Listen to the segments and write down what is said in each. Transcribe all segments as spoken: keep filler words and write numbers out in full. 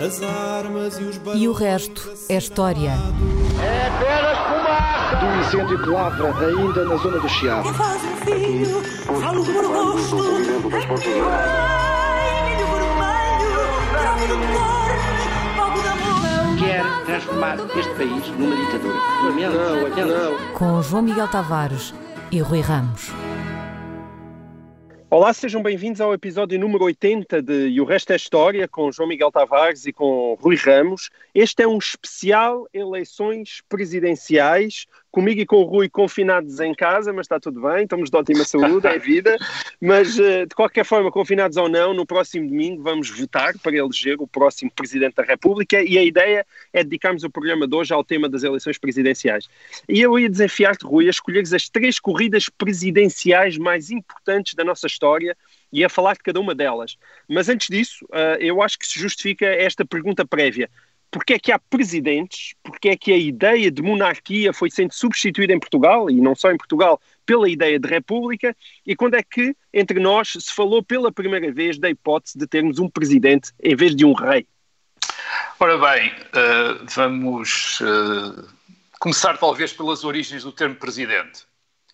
As armas e os E o resto é história. É apenas fumaça! Do incêndio que lavra ainda na zona do Chiado. Que faz um filho, falo do rosto. Ai, milho vermelho, grave do cor, fogo da amor. Quer transformar este país numa ditadura. Não, não. Com João Miguel Tavares e Rui Ramos. Olá, sejam bem-vindos ao episódio número oitenta de E o Resto é História, com João Miguel Tavares e com Rui Ramos. Este é um especial eleições presidenciais, comigo e com o Rui confinados em casa, mas está tudo bem, estamos de ótima saúde, é vida. Mas, de qualquer forma, confinados ou não, no próximo domingo vamos votar para eleger o próximo Presidente da República e a ideia é dedicarmos o programa de hoje ao tema das eleições presidenciais. E eu ia desafiar-te, Rui, a escolheres as três corridas presidenciais mais importantes da nossa história e a falar de cada uma delas. Mas antes disso, eu acho que se justifica esta pergunta prévia. Porque é que há presidentes, porque é que a ideia de monarquia foi sendo substituída em Portugal, e não só em Portugal, pela ideia de república, e quando é que, entre nós, se falou pela primeira vez da hipótese de termos um presidente em vez de um rei? Ora bem, uh, vamos uh, começar talvez pelas origens do termo presidente.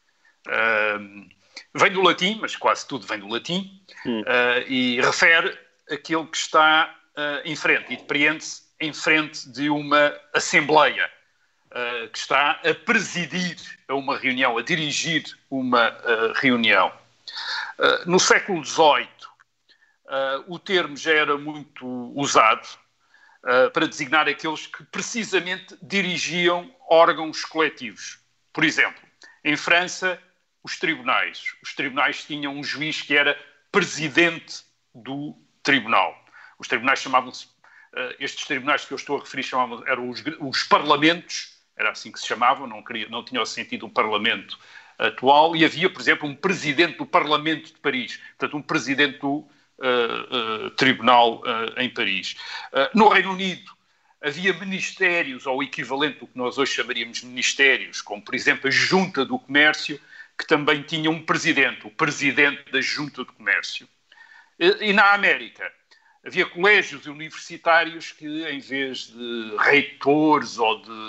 Uh, vem do latim, mas quase tudo vem do latim, hum. uh, e refere aquilo que está uh, em frente, e depreende-se em frente de uma assembleia uh, que está a presidir a uma reunião, a dirigir uma uh, reunião. Uh, no século dezoito, uh, o termo já era muito usado uh, para designar aqueles que precisamente dirigiam órgãos coletivos. Por exemplo, em França, os tribunais. Os tribunais tinham um juiz que era presidente do tribunal. Os tribunais chamavam-se Uh, estes tribunais que eu estou a referir chamavam, eram os, os parlamentos, era assim que se chamavam, não, queria, não tinha o sentido do parlamento atual, e havia, por exemplo, um presidente do Parlamento de Paris, portanto, um presidente do uh, uh, tribunal uh, em Paris. Uh, no Reino Unido havia ministérios, ou o equivalente do que nós hoje chamaríamos de ministérios, como, por exemplo, a Junta do Comércio, que também tinha um presidente, o presidente da Junta do Comércio. E, e na América havia colégios universitários que, em vez de reitores ou de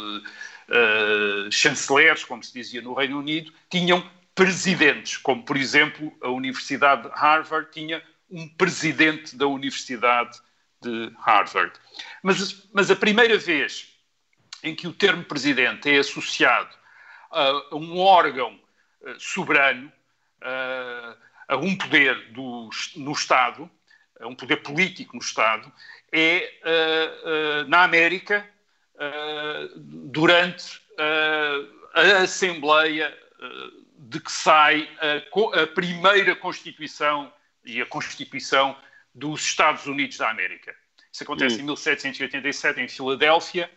uh, chanceleres, como se dizia no Reino Unido, tinham presidentes, como, por exemplo, a Universidade de Harvard tinha um presidente da Universidade de Harvard. Mas, mas a primeira vez em que o termo presidente é associado a um órgão uh, soberano, uh, a um poder do, no Estado, um poder político no Estado, é uh, uh, na América, uh, durante uh, a Assembleia uh, de que sai a, a primeira Constituição e a Constituição dos Estados Unidos da América. Isso acontece hum. em mil setecentos e oitenta e sete, em Filadélfia.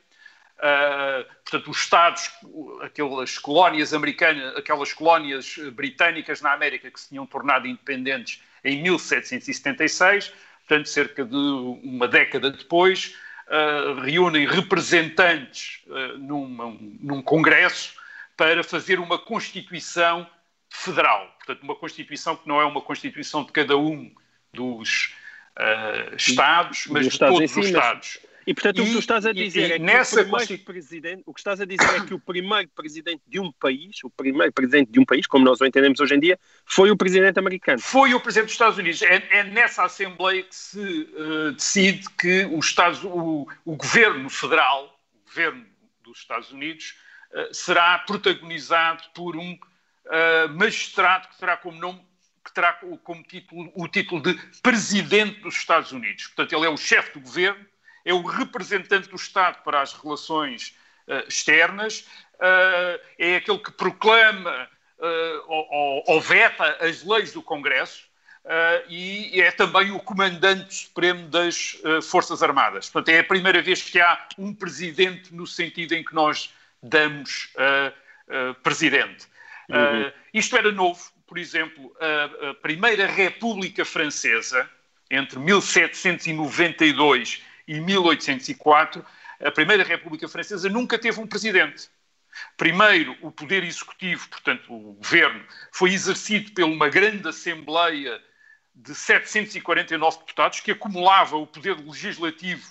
Uh, portanto, os Estados, aquelas colónias americanas, aquelas colónias britânicas na América que se tinham tornado independentes em mil setecentos e setenta e seis, portanto, cerca de uma década depois, uh, reúnem representantes uh, numa, num congresso para fazer uma Constituição federal. Portanto, uma Constituição que não é uma Constituição de cada um dos uh, Estados, mas de Estados todos si, os mas... Estados. E, portanto, e, o que tu estás a dizer e, é que nessa o, primeiro presidente, o que estás a dizer é que o primeiro presidente de um país, o primeiro presidente de um país, como nós o entendemos hoje em dia, foi o presidente americano. Foi o presidente dos Estados Unidos. É, é nessa Assembleia que se uh, decide que os Estados, o, o governo federal, o governo dos Estados Unidos, uh, será protagonizado por um uh, magistrado que terá como nome, que terá como título o título de Presidente dos Estados Unidos. Portanto, ele é o chefe do governo, é o representante do Estado para as relações uh, externas, uh, é aquele que proclama uh, ou, ou veta as leis do Congresso uh, e é também o comandante supremo das uh, Forças Armadas. Portanto, é a primeira vez que há um presidente no sentido em que nós damos uh, uh, presidente. Uhum. Uh, isto era novo. Por exemplo, a, a Primeira República Francesa, entre mil setecentos e noventa e dois e mil oitocentos e quatro, a Primeira República Francesa nunca teve um presidente. Primeiro, o poder executivo, portanto, o governo, foi exercido por uma grande Assembleia de setecentos e quarenta e nove deputados, que acumulava o poder legislativo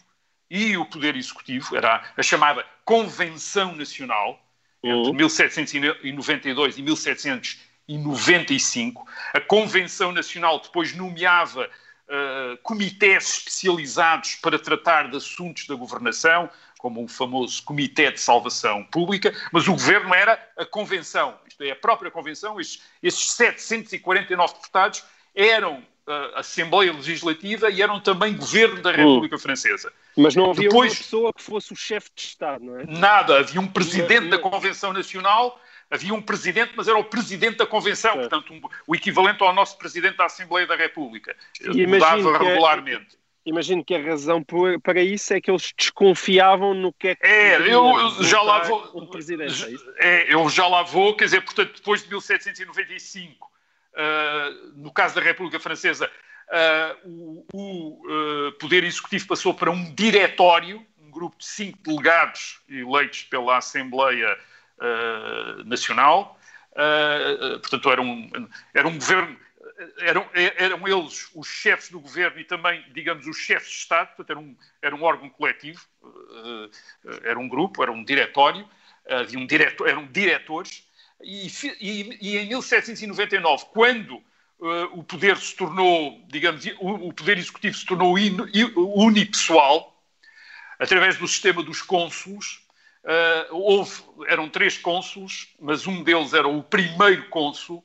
e o Poder Executivo, era a chamada Convenção Nacional, entre mil setecentos e noventa e dois e mil setecentos e noventa e cinco. A Convenção Nacional depois nomeava uh, comitês especializados para tratar de assuntos da governação, como o famoso Comitê de Salvação Pública, mas o governo era a Convenção, isto é, a própria Convenção. Estes, estes setecentos e quarenta e nove deputados eram a Assembleia Legislativa e eram também governo da República hum. Francesa. Mas não havia Depois, uma pessoa que fosse o chefe de Estado, não é? Nada. Havia um presidente da Convenção Nacional, havia um presidente, mas era o presidente da Convenção, certo. Portanto, um, o equivalente ao nosso presidente da Assembleia da República. E mudava regularmente. É, imagino que a razão por, para isso é que eles desconfiavam no que é que... É, eu, eu já lá vou... Um presidente, é, é, eu já lá vou, quer dizer, portanto, depois de mil setecentos e noventa e cinco, Uh, no caso da República Francesa, uh, o, o uh, Poder Executivo passou para um diretório, um grupo de cinco delegados eleitos pela Assembleia uh, Nacional. Uh, uh, portanto, era um, era um governo, eram, eram eles os chefes do governo e também, digamos, os chefes de Estado. Portanto, era um, era um órgão coletivo, uh, era um grupo, era um diretório, havia um diretor, eram diretores. E, e, e em mil setecentos e noventa e nove, quando uh, o poder se tornou, digamos, o, o poder executivo se tornou in, unipessoal, através do sistema dos cônsules, uh, houve, eram três cônsules, mas um deles era o primeiro cônsul,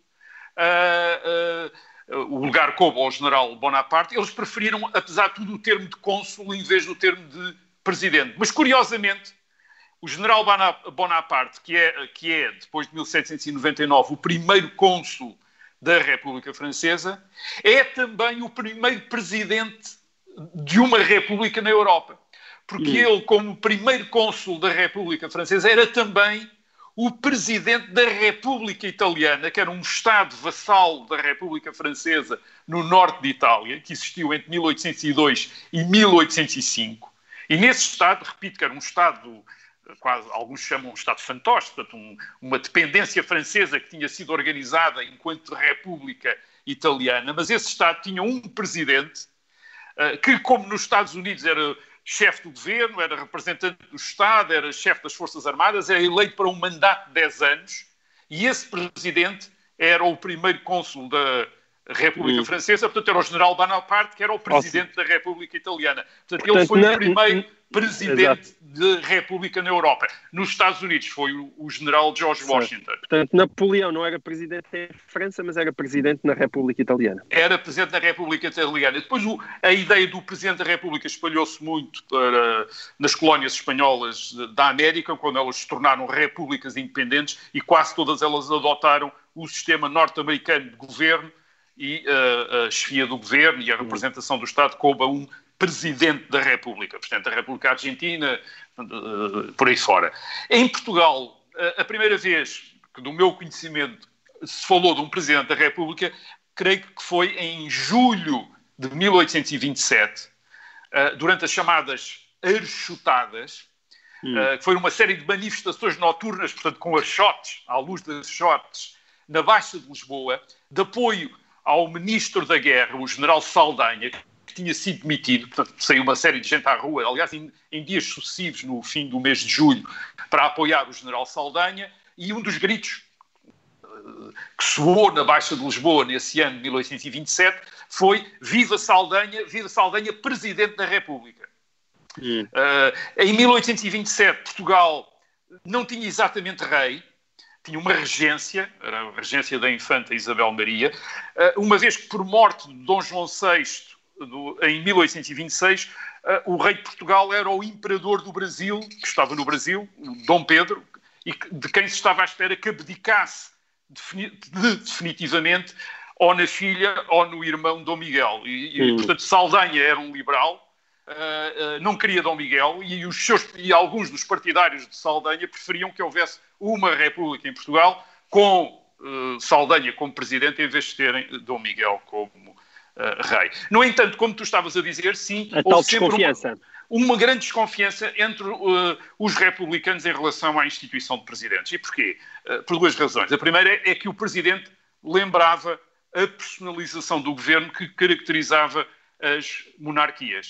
uh, uh, o lugar coube ao general Bonaparte. Eles preferiram, apesar de tudo, o termo de cônsul em vez do termo de presidente. Mas, curiosamente, o general Bonaparte, que é, que é, depois de mil setecentos e noventa e nove, o primeiro cônsul da República Francesa, é também o primeiro presidente de uma república na Europa. Porque hum. ele, como primeiro cônsul da República Francesa, era também o presidente da República Italiana, que era um Estado vassalo da República Francesa no norte de Itália, que existiu entre mil oitocentos e dois e mil oitocentos e cinco. E nesse Estado, repito, que era um Estado... quase alguns chamam um Estado fantoche, portanto, um, uma dependência francesa que tinha sido organizada enquanto República Italiana, mas esse Estado tinha um presidente uh, que, como nos Estados Unidos era chefe do governo, era representante do Estado, era chefe das Forças Armadas, era eleito para um mandato de dez anos, e esse presidente era o primeiro cônsul da República hum. Francesa, portanto era o general Bonaparte, que era o presidente Nossa. da República Italiana. Portanto, portanto ele foi na, o primeiro presidente da República na Europa. Nos Estados Unidos foi o, o general George certo. Washington. Portanto, Napoleão não era presidente em França, mas era presidente na República Italiana. Era presidente da República Italiana. Depois o, a ideia do presidente da República espalhou-se muito para, nas colónias espanholas da América, quando elas se tornaram repúblicas independentes, e quase todas elas adotaram o sistema norte-americano de governo, e uh, a chefia do governo e a representação do Estado coube a um presidente da República, Presidente da República Argentina, uh, por aí fora. Em Portugal, uh, a primeira vez que, do meu conhecimento, se falou de um Presidente da República, creio que foi em julho de mil oitocentos e vinte e sete, uh, durante as chamadas archotadas, hum. uh, que foi uma série de manifestações noturnas, portanto, com archotes, à luz das archotes, na Baixa de Lisboa, de apoio ao Ministro da Guerra, o general Saldanha, que tinha sido demitido. Portanto, saiu uma série de gente à rua, aliás, em, em dias sucessivos, no fim do mês de julho, para apoiar o general Saldanha, e um dos gritos uh, que soou na Baixa de Lisboa nesse ano de mil oitocentos e vinte e sete foi Viva Saldanha, Viva Saldanha, Presidente da República. Hum. Uh, em mil oitocentos e vinte e sete, Portugal não tinha exatamente rei, tinha uma regência, era a regência da infanta Isabel Maria, uma vez que por morte de Dom João sexto, do, em mil oitocentos e vinte e seis, o rei de Portugal era o imperador do Brasil, que estava no Brasil, o Dom Pedro, e de quem se estava à espera que abdicasse definitivamente ou na filha ou no irmão Dom Miguel. E, e portanto, Saldanha era um liberal, Uh, uh, não queria Dom Miguel, e, os seus, e alguns dos partidários de Saldanha preferiam que houvesse uma república em Portugal com uh, Saldanha como presidente em vez de terem Dom Miguel como uh, rei. No entanto, como tu estavas a dizer, sim, a houve sempre uma, uma grande desconfiança entre uh, os republicanos em relação à instituição de presidentes. E porquê? Uh, por duas razões. A primeira é, é que o presidente lembrava a personalização do governo que caracterizava as monarquias.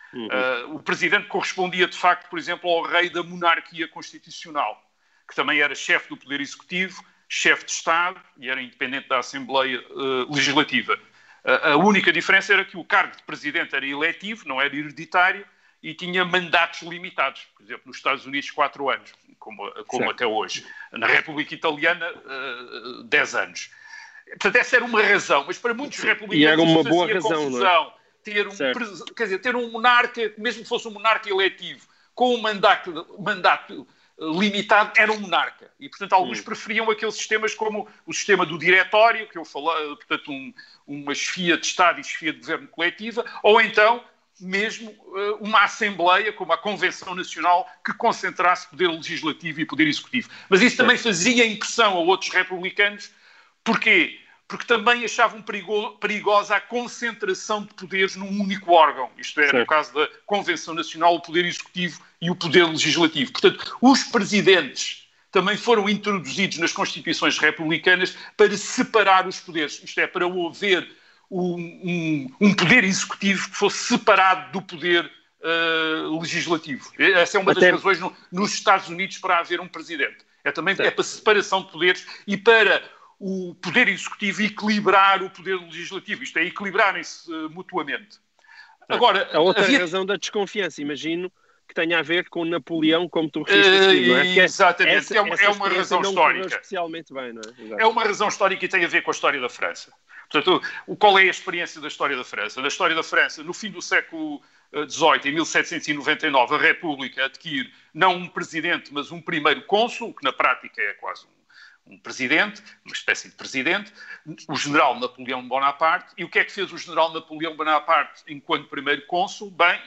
Uhum. Uh, o presidente correspondia, de facto, por exemplo, ao rei da monarquia constitucional, que também era chefe do Poder Executivo, chefe de Estado e era independente da Assembleia uh, Legislativa. Uh, a única diferença era que o cargo de presidente era eletivo, não era hereditário, e tinha mandatos limitados. Por exemplo, nos Estados Unidos, quatro anos, como, como até hoje. Na República Italiana, uh, dez anos. Portanto, essa era uma razão, mas para muitos republicanos e era uma isso boa fazia razão, confusão. Não é? Ter um, quer dizer, ter um monarca, mesmo que fosse um monarca eletivo, com um mandato, mandato limitado, era um monarca. E, portanto, alguns hum. preferiam aqueles sistemas como o sistema do diretório, que eu falei, portanto, um, uma chefia de Estado e chefia de governo coletiva, ou então mesmo uma Assembleia, como a Convenção Nacional, que concentrasse poder legislativo e poder executivo. Mas isso também fazia impressão a outros republicanos. Porquê? Porque também achavam perigo, perigosa a concentração de poderes num único órgão. Isto é, certo. No caso da Convenção Nacional, o poder executivo e o poder legislativo. Portanto, os presidentes também foram introduzidos nas constituições republicanas para separar os poderes. Isto é, para haver um, um, um poder executivo que fosse separado do poder uh, legislativo. Essa é uma Até... das razões no, nos Estados Unidos para haver um presidente. É também é para separação de poderes e para o poder executivo equilibrar o poder legislativo. Isto é, equilibrarem-se uh, mutuamente. Agora, a outra havia... razão da desconfiança, imagino, que tenha a ver com Napoleão, como tu referiste, uh, não é? Que exatamente, essa, é uma, é uma razão não histórica. Especialmente bem, não é? Exato. É uma razão histórica e tem a ver com a história da França. Portanto, o, qual é a experiência da história da França? Da história da França, no fim do século dezoito, em mil setecentos e noventa e nove, a República adquire não um presidente, mas um primeiro cônsul, que na prática é quase um, um presidente, uma espécie de presidente, o general Napoleão Bonaparte. E o que é que fez o general Napoleão Bonaparte enquanto primeiro cônsul? Bem,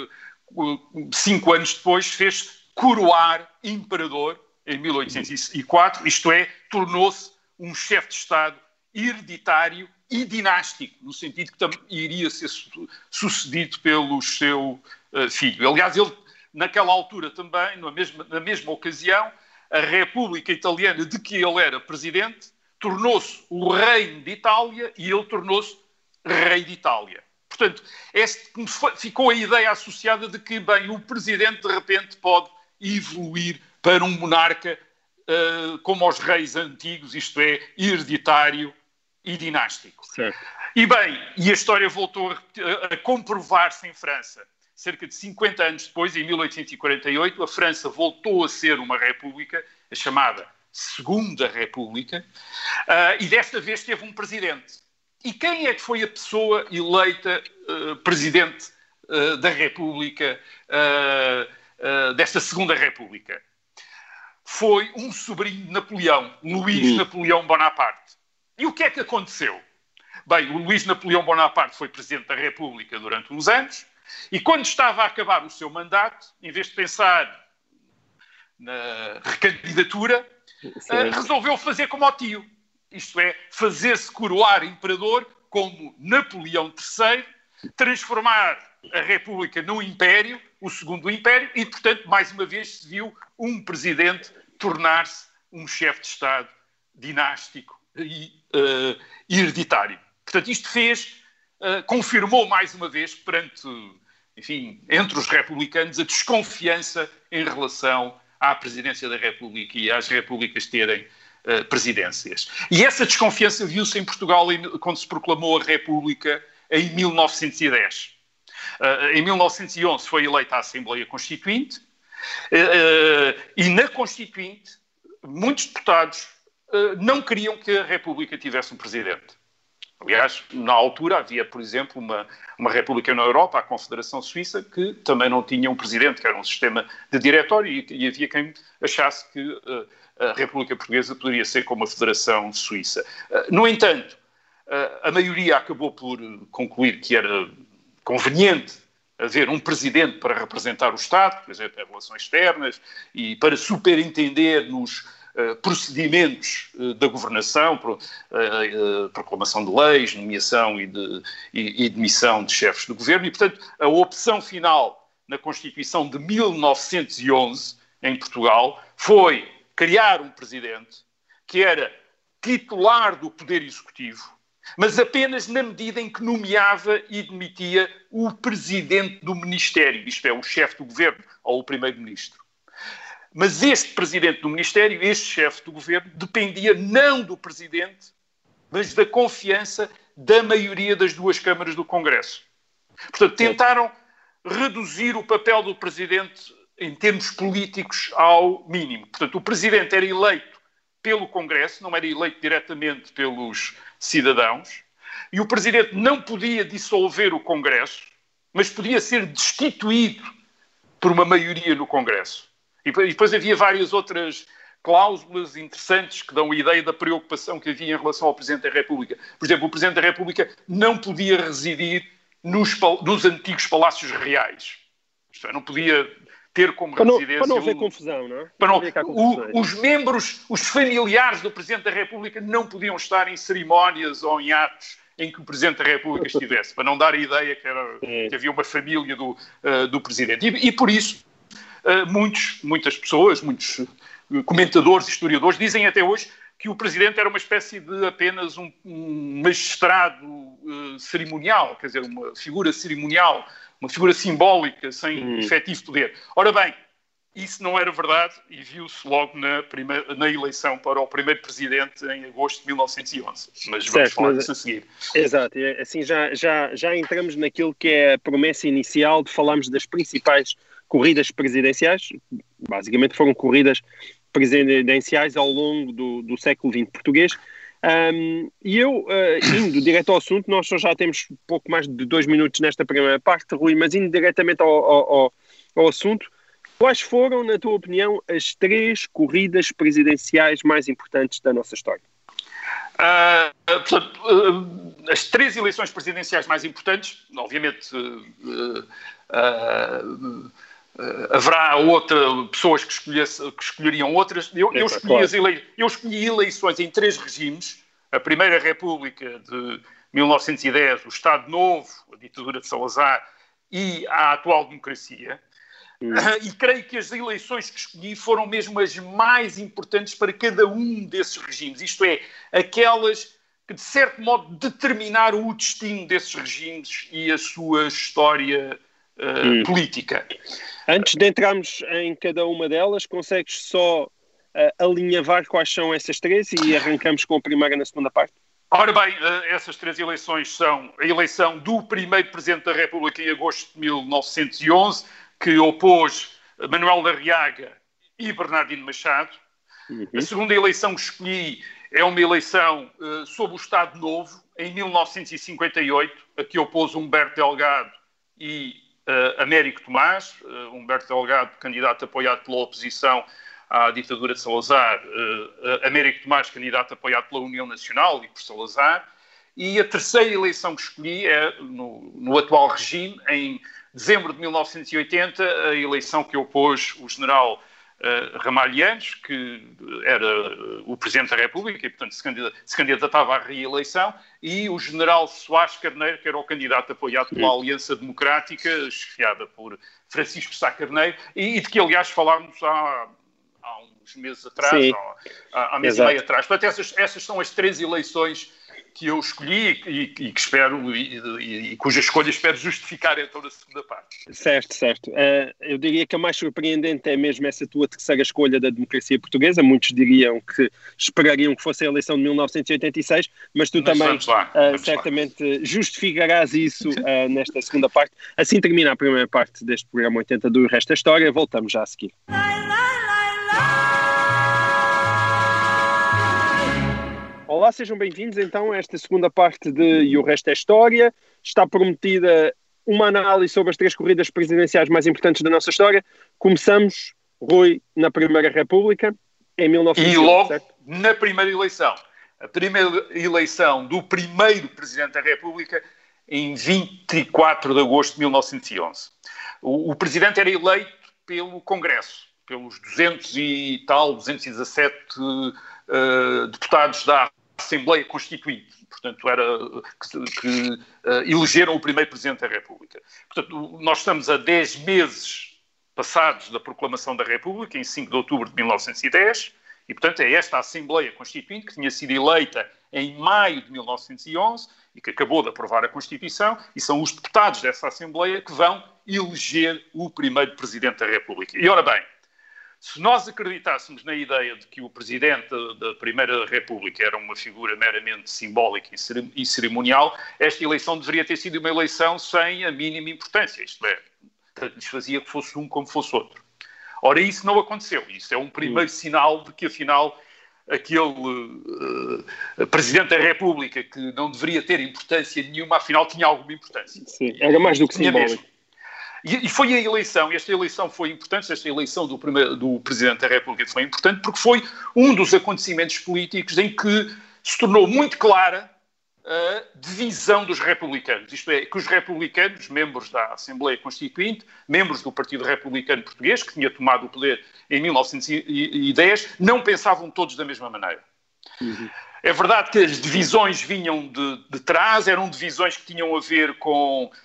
uh, cinco anos depois fez coroar imperador em mil oitocentos e quatro, isto é, tornou-se um chefe de Estado hereditário e dinástico, no sentido que também iria ser sucedido pelo seu uh, filho. Aliás, ele, naquela altura também, na mesma, na mesma ocasião, a República Italiana de que ele era presidente tornou-se o reino de Itália e ele tornou-se rei de Itália. Portanto, este, ficou a ideia associada de que, bem, o presidente de repente pode evoluir para um monarca uh, como os reis antigos, isto é, hereditário e dinástico. Certo. E bem, e a história voltou a, a comprovar-se em França. Cerca de cinquenta anos depois, em mil oitocentos e quarenta e oito, a França voltou a ser uma república, a chamada Segunda República, uh, e desta vez teve um presidente. E quem é que foi a pessoa eleita uh, presidente uh, da República, uh, uh, desta Segunda República? Foi um sobrinho de Napoleão, Luís uhum. Napoleão Bonaparte. E o que é que aconteceu? Bem, o Luís Napoleão Bonaparte foi presidente da República durante uns anos e quando estava a acabar o seu mandato, em vez de pensar na recandidatura, uh, resolveu fazer como o tio. Isto é, fazer-se coroar imperador como Napoleão terceiro, transformar a República num império, o segundo império, e, portanto, mais uma vez se viu um presidente tornar-se um chefe de Estado dinástico e uh, hereditário. Portanto, isto fez, uh, confirmou mais uma vez, perante, enfim, entre os republicanos, a desconfiança em relação à presidência da República e às repúblicas terem uh, presidências. E essa desconfiança viu-se em Portugal em, quando se proclamou a República em mil novecentos e dez. Uh, em mil novecentos e onze foi eleita a Assembleia Constituinte uh, uh, e na Constituinte muitos deputados uh, não queriam que a República tivesse um presidente. Aliás, na altura havia, por exemplo, uma, uma república na Europa, a Confederação Suíça, que também não tinha um presidente, que era um sistema de diretório, e, e havia quem achasse que uh, a República Portuguesa poderia ser como a Federação Suíça. Uh, no entanto, uh, a maioria acabou por concluir que era conveniente haver um presidente para representar o Estado, por exemplo, em relações externas, e para superintender nos uh, procedimentos uh, da governação, pro, uh, uh, proclamação de leis, nomeação e, de, e, e demissão de chefes do governo. E, portanto, a opção final na Constituição de mil novecentos e onze, em Portugal, foi criar um presidente que era titular do Poder Executivo mas apenas na medida em que nomeava e demitia o presidente do Ministério, isto é, o chefe do governo ou o primeiro-ministro. Mas este presidente do Ministério, este chefe do governo, dependia não do presidente, mas da confiança da maioria das duas câmaras do Congresso. Portanto, tentaram reduzir o papel do presidente em termos políticos ao mínimo. Portanto, o presidente era eleito pelo Congresso, não era eleito diretamente pelos cidadãos, e o presidente não podia dissolver o Congresso, mas podia ser destituído por uma maioria no Congresso. E depois havia várias outras cláusulas interessantes que dão a ideia da preocupação que havia em relação ao Presidente da República. Por exemplo, o Presidente da República não podia residir nos, nos antigos palácios reais. Isto é, não podia ter como para não, residência... Para não haver confusão, não é? Para não, o, os membros, os familiares do Presidente da República não podiam estar em cerimónias ou em atos em que o Presidente da República estivesse, para não dar a ideia que, era, que havia uma família do, uh, do Presidente. E, e por isso, uh, muitos, muitas pessoas, muitos comentadores, historiadores, dizem até hoje que o Presidente era uma espécie de apenas um, um magistrado uh, cerimonial, quer dizer, uma figura cerimonial, uma figura simbólica, sem hum. efetivo poder. Ora bem, isso não era verdade e viu-se logo na, primeira, na eleição para o primeiro Presidente em agosto de mil novecentos e onze. Mas vamos certo, falar mas, disso a seguir. Exato. Assim, já, já, já entramos naquilo que é a promessa inicial de falarmos das principais corridas presidenciais. Basicamente foram corridas presidenciais ao longo do, do século vinte português. Um, e eu, uh, indo direto ao assunto, nós só já temos pouco mais de dois minutos nesta primeira parte, Rui, mas indo diretamente ao, ao, ao assunto, quais foram, na tua opinião, as três corridas presidenciais mais importantes da nossa história? Uh, portanto, uh, as três eleições presidenciais mais importantes, obviamente... Uh, uh, uh, Uh, haverá outra, pessoas que, que escolheriam outras. Eu, eu, escolhi as ele, eu escolhi eleições em três regimes. A Primeira República de mil novecentos e dez, o Estado Novo, a ditadura de Salazar e a atual democracia. Hum. Uh, e creio que as eleições que escolhi foram mesmo as mais importantes para cada um desses regimes. Isto é, aquelas que, de certo modo, determinaram o destino desses regimes e a sua história uh, hum. política. Antes de entrarmos em cada uma delas, consegues só uh, alinhavar quais são essas três e arrancamos com a primeira na segunda parte? Ora bem, uh, essas três eleições são a eleição do primeiro Presidente da República em agosto de mil novecentos e onze, que opôs Manuel da Arriaga e Bernardino Machado. Uhum. A segunda eleição que escolhi é uma eleição uh, sob o Estado Novo, em mil novecentos e cinquenta e oito, a que opôs Humberto Delgado e Uh, Américo Tomás, uh, Humberto Delgado, candidato apoiado pela oposição à ditadura de Salazar, uh, uh, Américo Tomás, candidato apoiado pela União Nacional e por Salazar. E a terceira eleição que escolhi é, no, no atual regime, em dezembro de mil novecentos e oitenta, a eleição que opôs o general uh, Ramalhianes, que era uh, o Presidente da República e, portanto, se, candidata, se candidatava à reeleição, e o general Soares Carneiro, que era o candidato apoiado pela Aliança Democrática, chefiada por Francisco Sá Carneiro, e, e de que, aliás, falámos há, há uns meses atrás, há, há mês e meio atrás. Portanto, essas, essas são as três eleições que eu escolhi e, e, e que espero, e, e, e cuja escolha espero justificar então na segunda parte. Certo, certo. Uh, eu diria que a mais surpreendente é mesmo essa tua terceira escolha da democracia portuguesa. Muitos diriam que esperariam que fosse a eleição de mil novecentos e oitenta e seis, mas tu mas também lá, uh, certamente lá. justificarás isso uh, nesta segunda parte. Assim termina a primeira parte deste programa oitenta do Resto da História. Voltamos já a seguir. Olá, sejam bem-vindos então a esta segunda parte de E o Resto é História. Está prometida uma análise sobre as três corridas presidenciais mais importantes da nossa história. Começamos, Rui, na Primeira República, em mil novecentos e onze. E logo certo? na primeira eleição. A primeira eleição do primeiro Presidente da República em vinte e quatro de agosto de mil novecentos e onze. O, o Presidente era eleito pelo Congresso, pelos duzentos e tal, duzentos e dezassete uh, deputados da Assembleia Constituinte, portanto, era que, que uh, elegeram o primeiro Presidente da República. Portanto, nós estamos a dez meses passados da proclamação da República, em cinco de outubro de mil novecentos e dez, E, portanto, é esta Assembleia Constituinte que tinha sido eleita em maio de mil novecentos e onze e que acabou de aprovar a Constituição, e são os deputados dessa Assembleia que vão eleger o primeiro Presidente da República. E, ora bem, se nós acreditássemos na ideia de que o Presidente da Primeira República era uma figura meramente simbólica e cerimonial, esta eleição deveria ter sido uma eleição sem a mínima importância, isto é, lhes fazia que fosse um como fosse outro. Ora, isso não aconteceu. Isso é um primeiro sinal de que, afinal, aquele uh, Presidente da República, que não deveria ter importância nenhuma, afinal tinha alguma importância. Sim, era mais do que simbólico. E, e foi a eleição, esta eleição foi importante, esta eleição do, primeiro, do Presidente da República foi importante porque foi um dos acontecimentos políticos em que se tornou muito clara a divisão dos republicanos. Isto é, que os republicanos, membros da Assembleia Constituinte, membros do Partido Republicano Português, que tinha tomado o poder em mil novecentos e dez, não pensavam todos da mesma maneira. Uhum. É verdade que as divisões vinham de, de trás, eram divisões que tinham a ver com uh,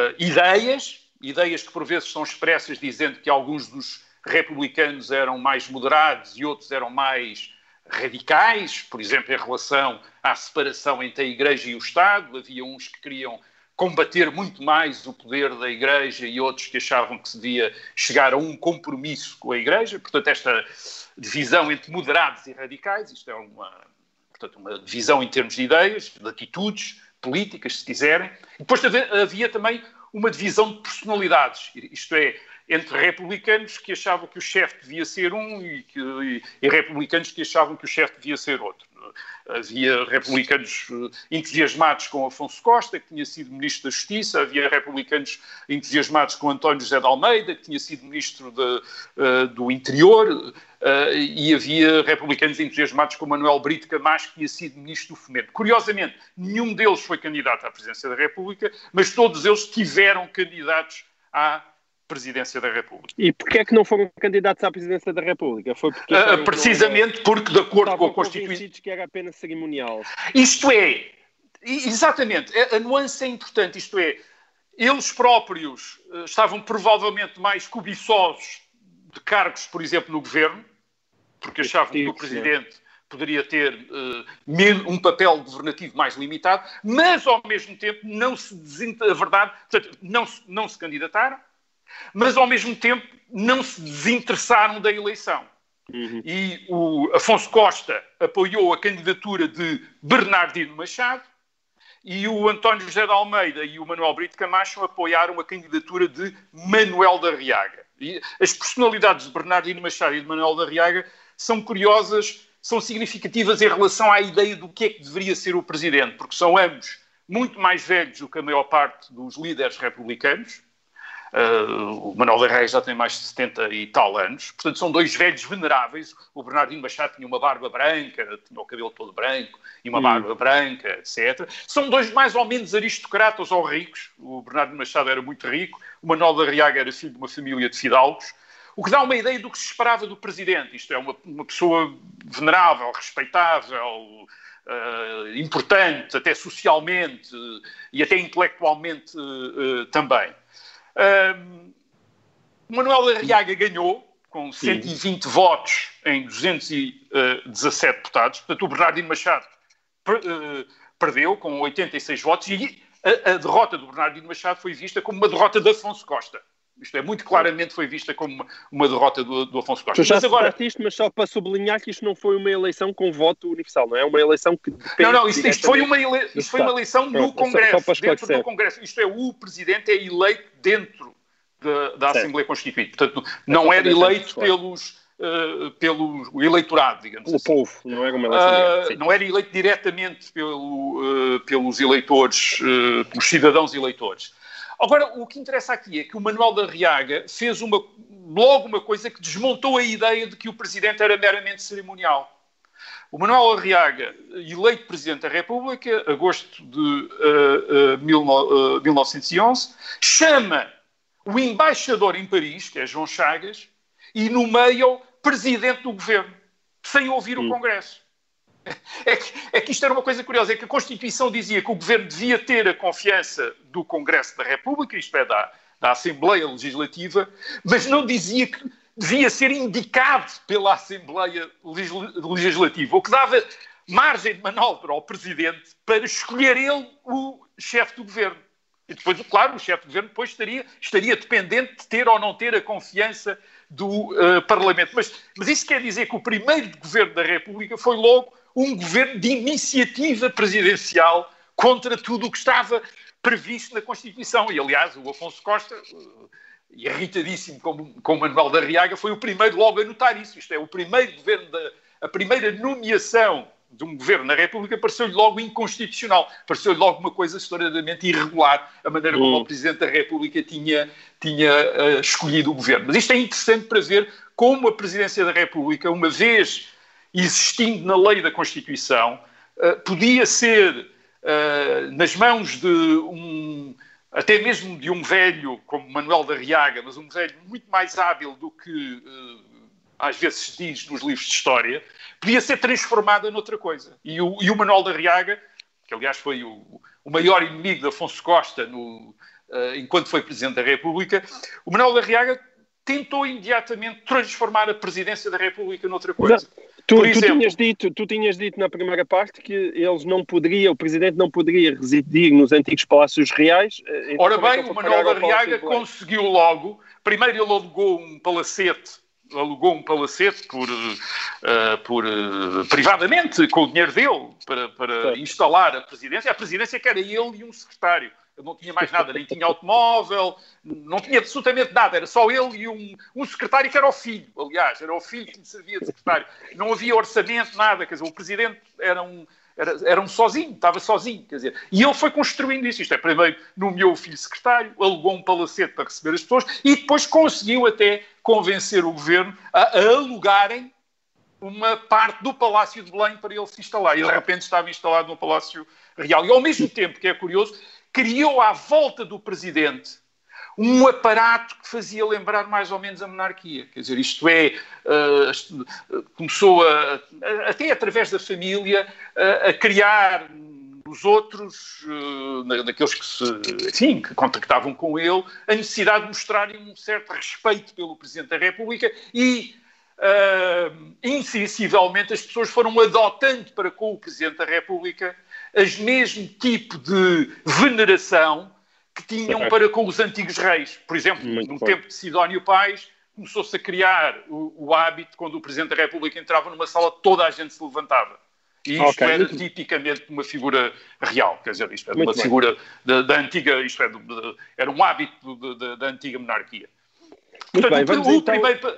ideias, ideias que por vezes são expressas dizendo que alguns dos republicanos eram mais moderados e outros eram mais radicais, por exemplo, em relação à separação entre a Igreja e o Estado. Havia uns que queriam combater muito mais o poder da Igreja e outros que achavam que se devia chegar a um compromisso com a Igreja. Portanto, esta divisão entre moderados e radicais, isto é uma, portanto, uma divisão em termos de ideias, de atitudes políticas, se quiserem. E depois havia também uma divisão de personalidades, isto é, entre republicanos que achavam que o chefe devia ser um e, que, e, e republicanos que achavam que o chefe devia ser outro. Havia republicanos entusiasmados com Afonso Costa, que tinha sido Ministro da Justiça, havia republicanos entusiasmados com António José de Almeida, que tinha sido Ministro de, uh, do Interior, uh, e havia republicanos entusiasmados com Manuel Brito Camacho, que tinha sido Ministro do Fomento. Curiosamente, nenhum deles foi candidato à Presidência da República, mas todos eles tiveram candidatos à Presidência da República. E porquê é que não foram candidatos à Presidência da República? Foi porque uh, precisamente porque, de acordo com a Constituição, que era apenas cerimonial. Isto é, exatamente, a nuance é importante, isto é, eles próprios uh, estavam provavelmente mais cobiçosos de cargos, por exemplo, no governo, porque achavam que o Presidente poderia ter uh, um papel governativo mais limitado, mas ao mesmo tempo não se desint... a verdade, portanto, não se, não se candidataram, mas ao mesmo tempo não se desinteressaram da eleição. Uhum. E o Afonso Costa apoiou a candidatura de Bernardino Machado e o António José de Almeida e o Manuel Brito Camacho apoiaram a candidatura de Manuel da Arriaga. E as personalidades de Bernardino Machado e de Manuel da Arriaga são curiosas, são significativas em relação à ideia do que é que deveria ser o Presidente, porque são ambos muito mais velhos do que a maior parte dos líderes republicanos. Uh, o Manuel da Arriaga já tem mais de setenta e tal anos, portanto são dois velhos veneráveis. O Bernardino Machado tinha uma barba branca, tinha o cabelo todo branco e uma hum. barba branca, etcétera. São dois mais ou menos aristocratas ou ricos. O Bernardino Machado era muito rico, o Manuel da Arriaga era filho de uma família de fidalgos, o que dá uma ideia do que se esperava do Presidente. Isto é, uma, uma pessoa venerável, respeitável, uh, importante, até socialmente uh, e até intelectualmente uh, uh, também. Uh, Manuel da Arriaga ganhou com cento e vinte Sim. votos em duzentos e dezassete deputados. Portanto, o Bernardino Machado per, uh, perdeu com oitenta e seis votos e a, a derrota do Bernardino Machado foi vista como uma derrota de Afonso Costa. Isto é, muito claramente foi vista como uma, uma derrota do, do Afonso Costa. Tu já mas agora isto, mas só para sublinhar que isto não foi uma eleição com voto universal, não é? É uma eleição que depende... Não, não, isto, isto, foi, uma ele... isto foi uma eleição no Congresso, só, só dentro do Congresso. Isto é, o Presidente é eleito dentro da, da Assembleia Constituinte. Portanto, não era eleito pelos, uh, pelo eleitorado, digamos assim. Pelo povo, não era uma eleição uh, Não era eleito diretamente pelo, uh, pelos eleitores, uh, pelos cidadãos eleitores. Agora, o que interessa aqui é que o Manuel da Arriaga fez uma, logo uma coisa que desmontou a ideia de que o Presidente era meramente cerimonial. O Manuel da Arriaga, eleito Presidente da República, agosto de uh, uh, mil, uh, mil novecentos e onze, chama o embaixador em Paris, que é João Chagas, e nomeia o Presidente do Governo, sem ouvir hum. o Congresso. É que, é que isto era uma coisa curiosa, é que a Constituição dizia que o Governo devia ter a confiança do Congresso da República, isto é, da, da Assembleia Legislativa, mas não dizia que, devia ser indicado pela Assembleia Legislativa, o que dava margem de manobra ao Presidente para escolher ele o chefe do Governo. E depois, claro, o chefe do Governo depois estaria, estaria dependente de ter ou não ter a confiança do uh, Parlamento. Mas, mas isso quer dizer que o primeiro Governo da República foi logo um governo de iniciativa presidencial contra tudo o que estava previsto na Constituição. E, aliás, o Afonso Costa, uh, irritadíssimo com, com Manuel da Arriaga, foi o primeiro logo a notar isso. Isto é, o primeiro governo, da, a primeira nomeação de um governo na República pareceu-lhe logo inconstitucional, pareceu-lhe logo uma coisa historicamente irregular, a maneira como hum. o Presidente da República tinha, tinha uh, escolhido o governo. Mas isto é interessante para ver como a Presidência da República, uma vez existindo na lei da Constituição, uh, podia ser uh, nas mãos de um, até mesmo de um velho como Manuel da Arriaga, mas um velho muito mais hábil do que uh, às vezes se diz nos livros de história, podia ser transformada noutra coisa. E o, e o Manuel da Arriaga, que aliás foi o, o maior inimigo de Afonso Costa no, uh, enquanto foi Presidente da República, o Manuel da Arriaga tentou imediatamente transformar a Presidência da República noutra coisa. Tu, Por tu, exemplo, tinhas dito, tu tinhas dito na primeira parte que eles não poderiam, o Presidente não poderia residir nos antigos Palácios Reais. Então, ora bem, o Manuel da Arriaga conseguiu logo, primeiro ele alugou um palacete, alugou um palacete por, uh, por, uh, privadamente, com o dinheiro dele, para, para instalar a presidência. A presidência que era ele e um secretário. Ele não tinha mais nada, nem tinha automóvel, não tinha absolutamente nada. Era só ele e um, um secretário que era o filho, aliás, era o filho que lhe servia de secretário. Não havia orçamento, nada. Quer dizer, o presidente era um... Era, era um sozinho, estava sozinho, quer dizer. E ele foi construindo isso. Isto é, primeiro nomeou o filho secretário, alugou um palacete para receber as pessoas e depois conseguiu até convencer o governo a, a alugarem uma parte do Palácio de Belém para ele se instalar. E de repente estava instalado no Palácio Real. E ao mesmo tempo, que é curioso, criou à volta do presidente um aparato que fazia lembrar mais ou menos a monarquia. Quer dizer, isto é, uh, começou a, a, até através da família, a, a criar nos outros, uh, naqueles que se, enfim, que contactavam com ele, a necessidade de mostrarem um certo respeito pelo Presidente da República e, uh, insensivelmente, as pessoas foram adotando para com o Presidente da República as mesmo tipo de veneração que tinham para com os antigos reis. Por exemplo, Muito no bom. tempo de Sidónio Pais, começou-se a criar o, o hábito, quando o Presidente da República entrava numa sala, toda a gente se levantava. E isto okay. era Muito tipicamente uma figura real, quer dizer, isto era Muito uma bem. figura da, da antiga, isto é, de, de, era um hábito de, de, da antiga monarquia. Muito portanto, bem, o, vamos o então... primeiro,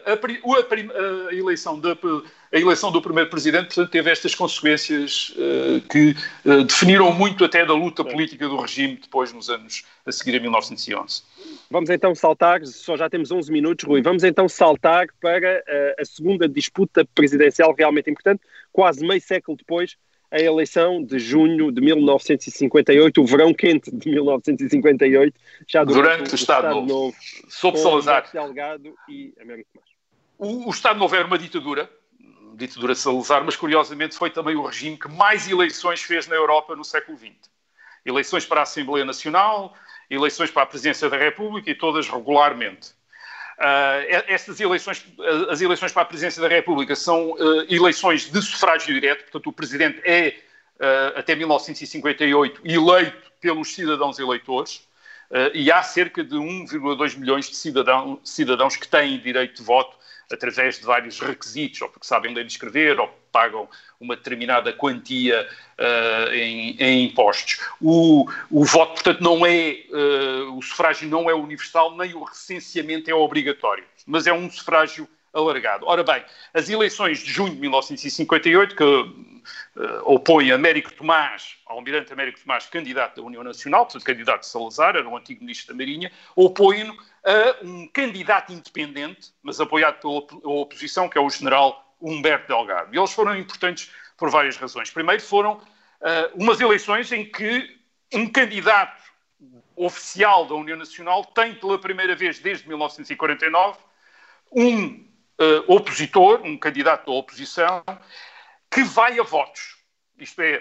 a, a, a, eleição de, a eleição do primeiro presidente, portanto, teve estas consequências uh, que uh, definiram muito até da luta Sim. política do regime depois, nos anos a seguir a mil novecentos e onze. Vamos então saltar, só já temos onze minutos, Rui, vamos então saltar para uh, a segunda disputa presidencial realmente importante, quase meio século depois, a eleição de junho de mil novecentos e cinquenta e oito, o verão quente de mil novecentos e cinquenta e oito, já durante, durante o, o Estado, Estado Novo, Novo sob Salazar. Delgado e Américo Tomás. O, o Estado Novo era uma ditadura, ditadura de Salazar, mas curiosamente foi também o regime que mais eleições fez na Europa no século vinte. Eleições para a Assembleia Nacional, eleições para a Presidência da República e todas regularmente. Uh, estas eleições, as eleições para a Presidência da República são uh, eleições de sufrágio direto, portanto o Presidente é, uh, até mil novecentos e cinquenta e oito, eleito pelos cidadãos eleitores, uh, e há cerca de um vírgula dois milhões de cidadão, cidadãos que têm direito de voto através de vários requisitos, ou porque sabem ler e escrever, ou pagam uma determinada quantia uh, em, em impostos. O, o voto, portanto, não é, uh, o sufrágio não é universal, nem o recenseamento é obrigatório, mas é um sufrágio alargado. Ora bem, as eleições de junho de mil novecentos e cinquenta e oito, que uh, opõem Américo Tomás, Almirante Américo Tomás, candidato da União Nacional, portanto, candidato de Salazar, era o antigo Ministro da Marinha, opõem-no a um candidato independente, mas apoiado pela oposição, que é o general Humberto Delgado. E eles foram importantes por várias razões. Primeiro, foram uh, umas eleições em que um candidato oficial da União Nacional tem, pela primeira vez desde mil novecentos e quarenta e nove, um uh, opositor, um candidato da oposição, que vai a votos. Isto é,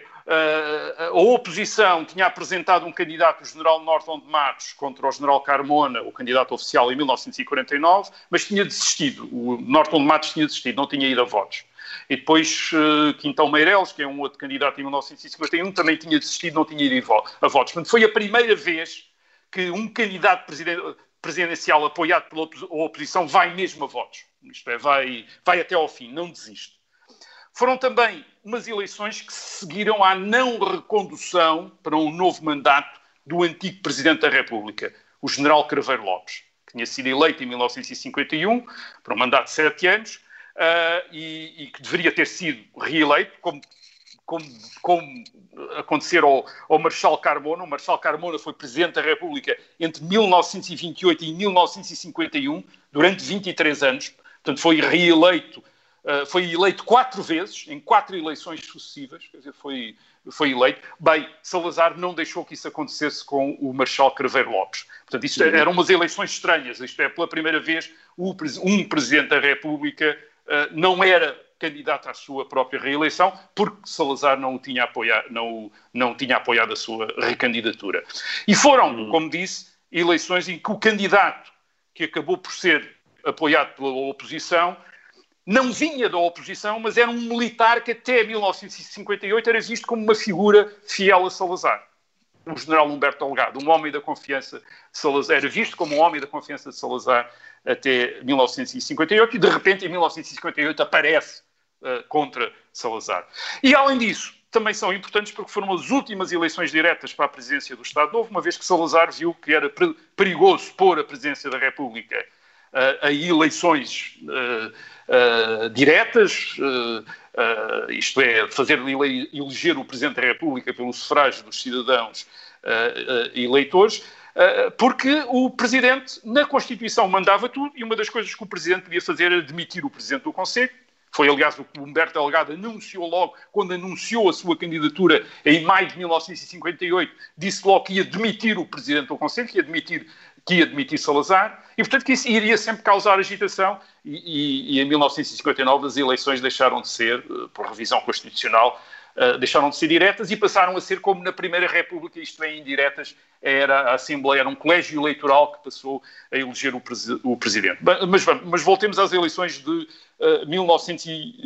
a oposição tinha apresentado um candidato, o general Norton de Matos, contra o general Carmona, o candidato oficial, em mil novecentos e quarenta e nove, mas tinha desistido. O Norton de Matos tinha desistido, não tinha ido a votos. E depois Quintão Meireles, que é um outro candidato em mil novecentos e cinquenta e um, também tinha desistido, não tinha ido a votos. Portanto, foi a primeira vez que um candidato presidencial apoiado pela oposição vai mesmo a votos. Isto é, vai, vai até ao fim, não desiste. Foram também umas eleições que seguiram à não recondução para um novo mandato do antigo Presidente da República, o general Craveiro Lopes, que tinha sido eleito em mil novecentos e cinquenta e um para um mandato de sete anos uh, e, e que deveria ter sido reeleito, como, como, como acontecer ao, ao Marechal Carmona. O Marechal Carmona foi Presidente da República entre mil novecentos e vinte e oito e mil novecentos e cinquenta e um, durante vinte e três anos, portanto foi reeleito. Uh, foi eleito quatro vezes, em quatro eleições sucessivas, quer dizer, foi, foi eleito. Bem, Salazar não deixou que isso acontecesse com o Marechal Craveiro Lopes. Portanto, isto uhum. eram umas eleições estranhas. Isto é, pela primeira vez, o, um Presidente da República uh, não era candidato à sua própria reeleição, porque Salazar não o tinha apoiado, não, não tinha apoiado a sua recandidatura. E foram, uhum. como disse, eleições em que o candidato que acabou por ser apoiado pela oposição não vinha da oposição, mas era um militar que até mil novecentos e cinquenta e oito era visto como uma figura fiel a Salazar. O general Humberto Delgado, um homem da confiança de Salazar, era visto como um homem da confiança de Salazar até mil novecentos e cinquenta e oito e, de repente, em mil novecentos e cinquenta e oito aparece uh, contra Salazar. E, além disso, também são importantes porque foram as últimas eleições diretas para a presidência do Estado Novo, uma vez que Salazar viu que era perigoso pôr a presidência da República uh, a eleições uh, Uh, diretas, uh, uh, isto é, fazer ele eleger o Presidente da República pelo sufrágio dos cidadãos uh, uh, eleitores, uh, porque o Presidente, na Constituição, mandava tudo, e uma das coisas que o Presidente podia fazer era demitir o Presidente do Conselho. Foi, aliás, o que Humberto Delgado anunciou logo, quando anunciou a sua candidatura em maio de mil novecentos e cinquenta e oito, disse logo que ia demitir o Presidente do Conselho, que ia demitir, que ia demitir Salazar, e, portanto, que isso iria sempre causar agitação, e, e, e em mil novecentos e cinquenta e nove as eleições deixaram de ser, por revisão constitucional, uh, deixaram de ser diretas e passaram a ser como na Primeira República, isto é, indiretas, era a Assembleia, era um colégio eleitoral que passou a eleger o, presi o Presidente. Mas, mas voltemos às eleições de uh, mil novecentos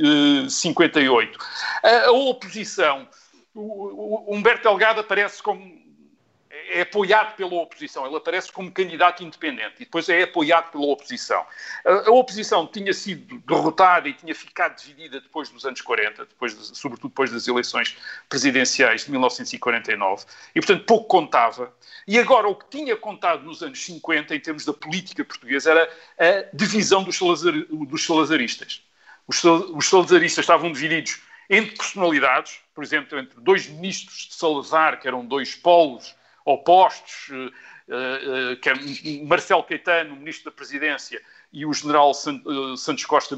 e cinquenta e oito. Uh, a oposição, o, o Humberto Delgado aparece como... é apoiado pela oposição, ele aparece como candidato independente e depois é apoiado pela oposição. A, a oposição tinha sido derrotada e tinha ficado dividida depois dos anos quarenta, depois de, sobretudo depois das eleições presidenciais de mil novecentos e quarenta e nove, e portanto pouco contava. E agora o que tinha contado nos anos cinquenta, em termos da política portuguesa, era a divisão dos, salazar, dos salazaristas. Os, os salazaristas estavam divididos entre personalidades, por exemplo, entre dois ministros de Salazar, que eram dois polos opostos, uh, uh, que é Marcelo Caetano, ministro da Presidência, e o general San, uh, Santos Costa, uh,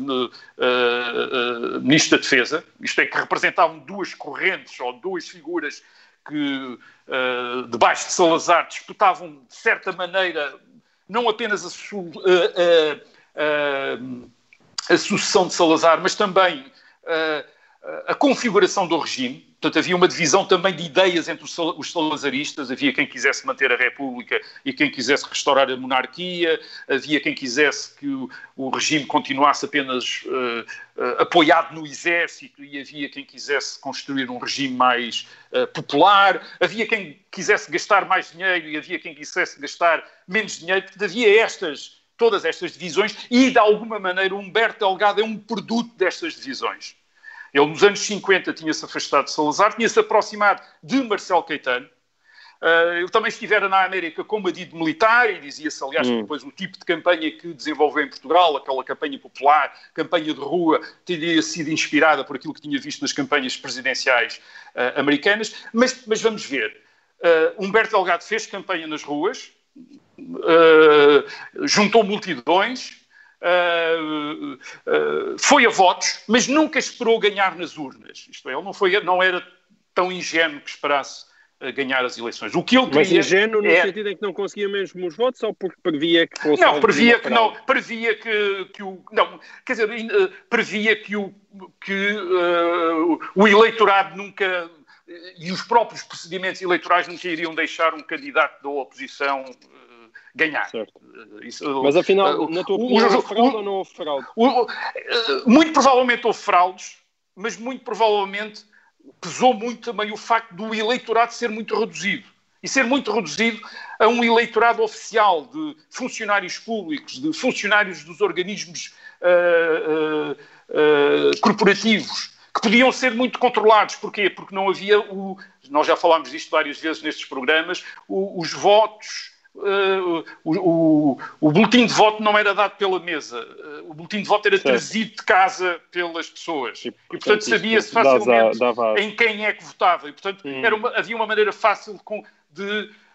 uh, ministro da Defesa, isto é, que representavam duas correntes ou duas figuras que, uh, debaixo de Salazar, disputavam, de certa maneira, não apenas a, su, uh, uh, uh, a sucessão de Salazar, mas também uh, a configuração do regime. Portanto, havia uma divisão também de ideias entre os salazaristas, havia quem quisesse manter a República e quem quisesse restaurar a monarquia, havia quem quisesse que o, o regime continuasse apenas uh, uh, apoiado no exército e havia quem quisesse construir um regime mais uh, popular, havia quem quisesse gastar mais dinheiro e havia quem quisesse gastar menos dinheiro. Portanto, havia estas, todas estas divisões e, de alguma maneira, Humberto Delgado é um produto destas divisões. Ele, nos anos cinquenta, tinha-se afastado de Salazar, tinha-se aproximado de Marcelo Caetano. Uh, ele também estivera na América como adido militar e dizia-se, aliás, hum. que depois o tipo de campanha que desenvolveu em Portugal, aquela campanha popular, campanha de rua, teria sido inspirada por aquilo que tinha visto nas campanhas presidenciais uh, americanas. Mas, mas vamos ver. Uh, Humberto Delgado fez campanha nas ruas, uh, juntou multidões, Uh, uh, foi a votos, mas nunca esperou ganhar nas urnas. Isto é, ele não, foi, não era tão ingênuo que esperasse ganhar as eleições. O que ele Mas queria ingênuo no é... sentido em que não conseguia mesmo os votos ou porque previa que fosse... Não, previa que não, previa que, que o... Não, quer dizer, previa que o, que, uh, o eleitorado nunca... E os próprios procedimentos eleitorais nunca iriam deixar um candidato da oposição uh, ganhar. Certo. Uh, isso, Mas afinal, uh, na tua opinião, houve fraude ou não houve fraude? Uh, uh, muito provavelmente houve fraudes, mas muito provavelmente pesou muito também o facto do eleitorado ser muito reduzido. E ser muito reduzido a um eleitorado oficial de funcionários públicos, de funcionários dos organismos uh, uh, uh, corporativos, que podiam ser muito controlados. Porquê? Porque não havia, o, nós já falámos disto várias vezes nestes programas, o, os votos, uh, o, o, o boletim de voto não era dado pela mesa, uh, o boletim de voto era certo. trazido de casa pelas pessoas. E, portanto, e, portanto sabia-se facilmente dá, dá, dá. em quem é que votava. E, portanto, hum. era uma, havia uma maneira fácil de... de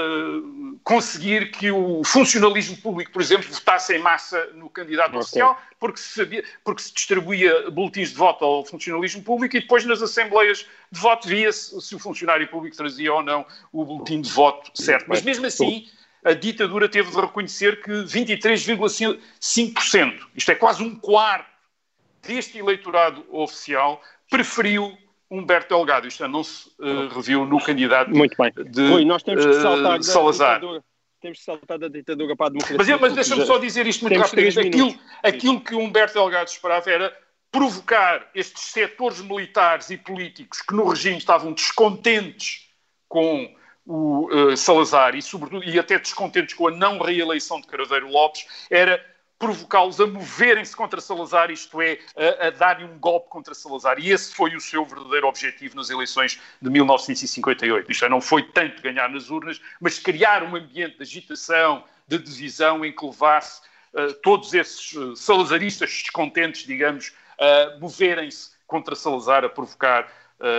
Uh, conseguir que o funcionalismo público, por exemplo, votasse em massa no candidato okay. oficial, porque se, sabia, porque se distribuía boletins de voto ao funcionalismo público e depois nas assembleias de voto via-se se o funcionário público trazia ou não o boletim de voto certo. Mas mesmo assim, a ditadura teve de reconhecer que vinte e três vírgula cinco por cento, isto é quase um quarto deste eleitorado oficial, preferiu Humberto Delgado, isto não se uh, reviu no candidato Muito bem. de Rui, nós temos que saltar uh, Salazar. Da temos que saltar da ditadura para a democracia. Mas, mas deixa-me só dizer isto muito rapidamente. Aquilo, aquilo que Humberto Delgado esperava era provocar estes setores militares e políticos que no regime estavam descontentes com o uh, Salazar e, sobretudo, e até descontentes com a não reeleição de Craveiro Lopes, era provocá-los a moverem-se contra Salazar, isto é, a, a darem um golpe contra Salazar. E esse foi o seu verdadeiro objetivo nas eleições de mil novecentos e cinquenta e oito. Isto é, não foi tanto ganhar nas urnas, mas criar um ambiente de agitação, de divisão, em que levasse uh, todos esses uh, salazaristas descontentes, digamos, a uh, moverem-se contra Salazar, a provocar,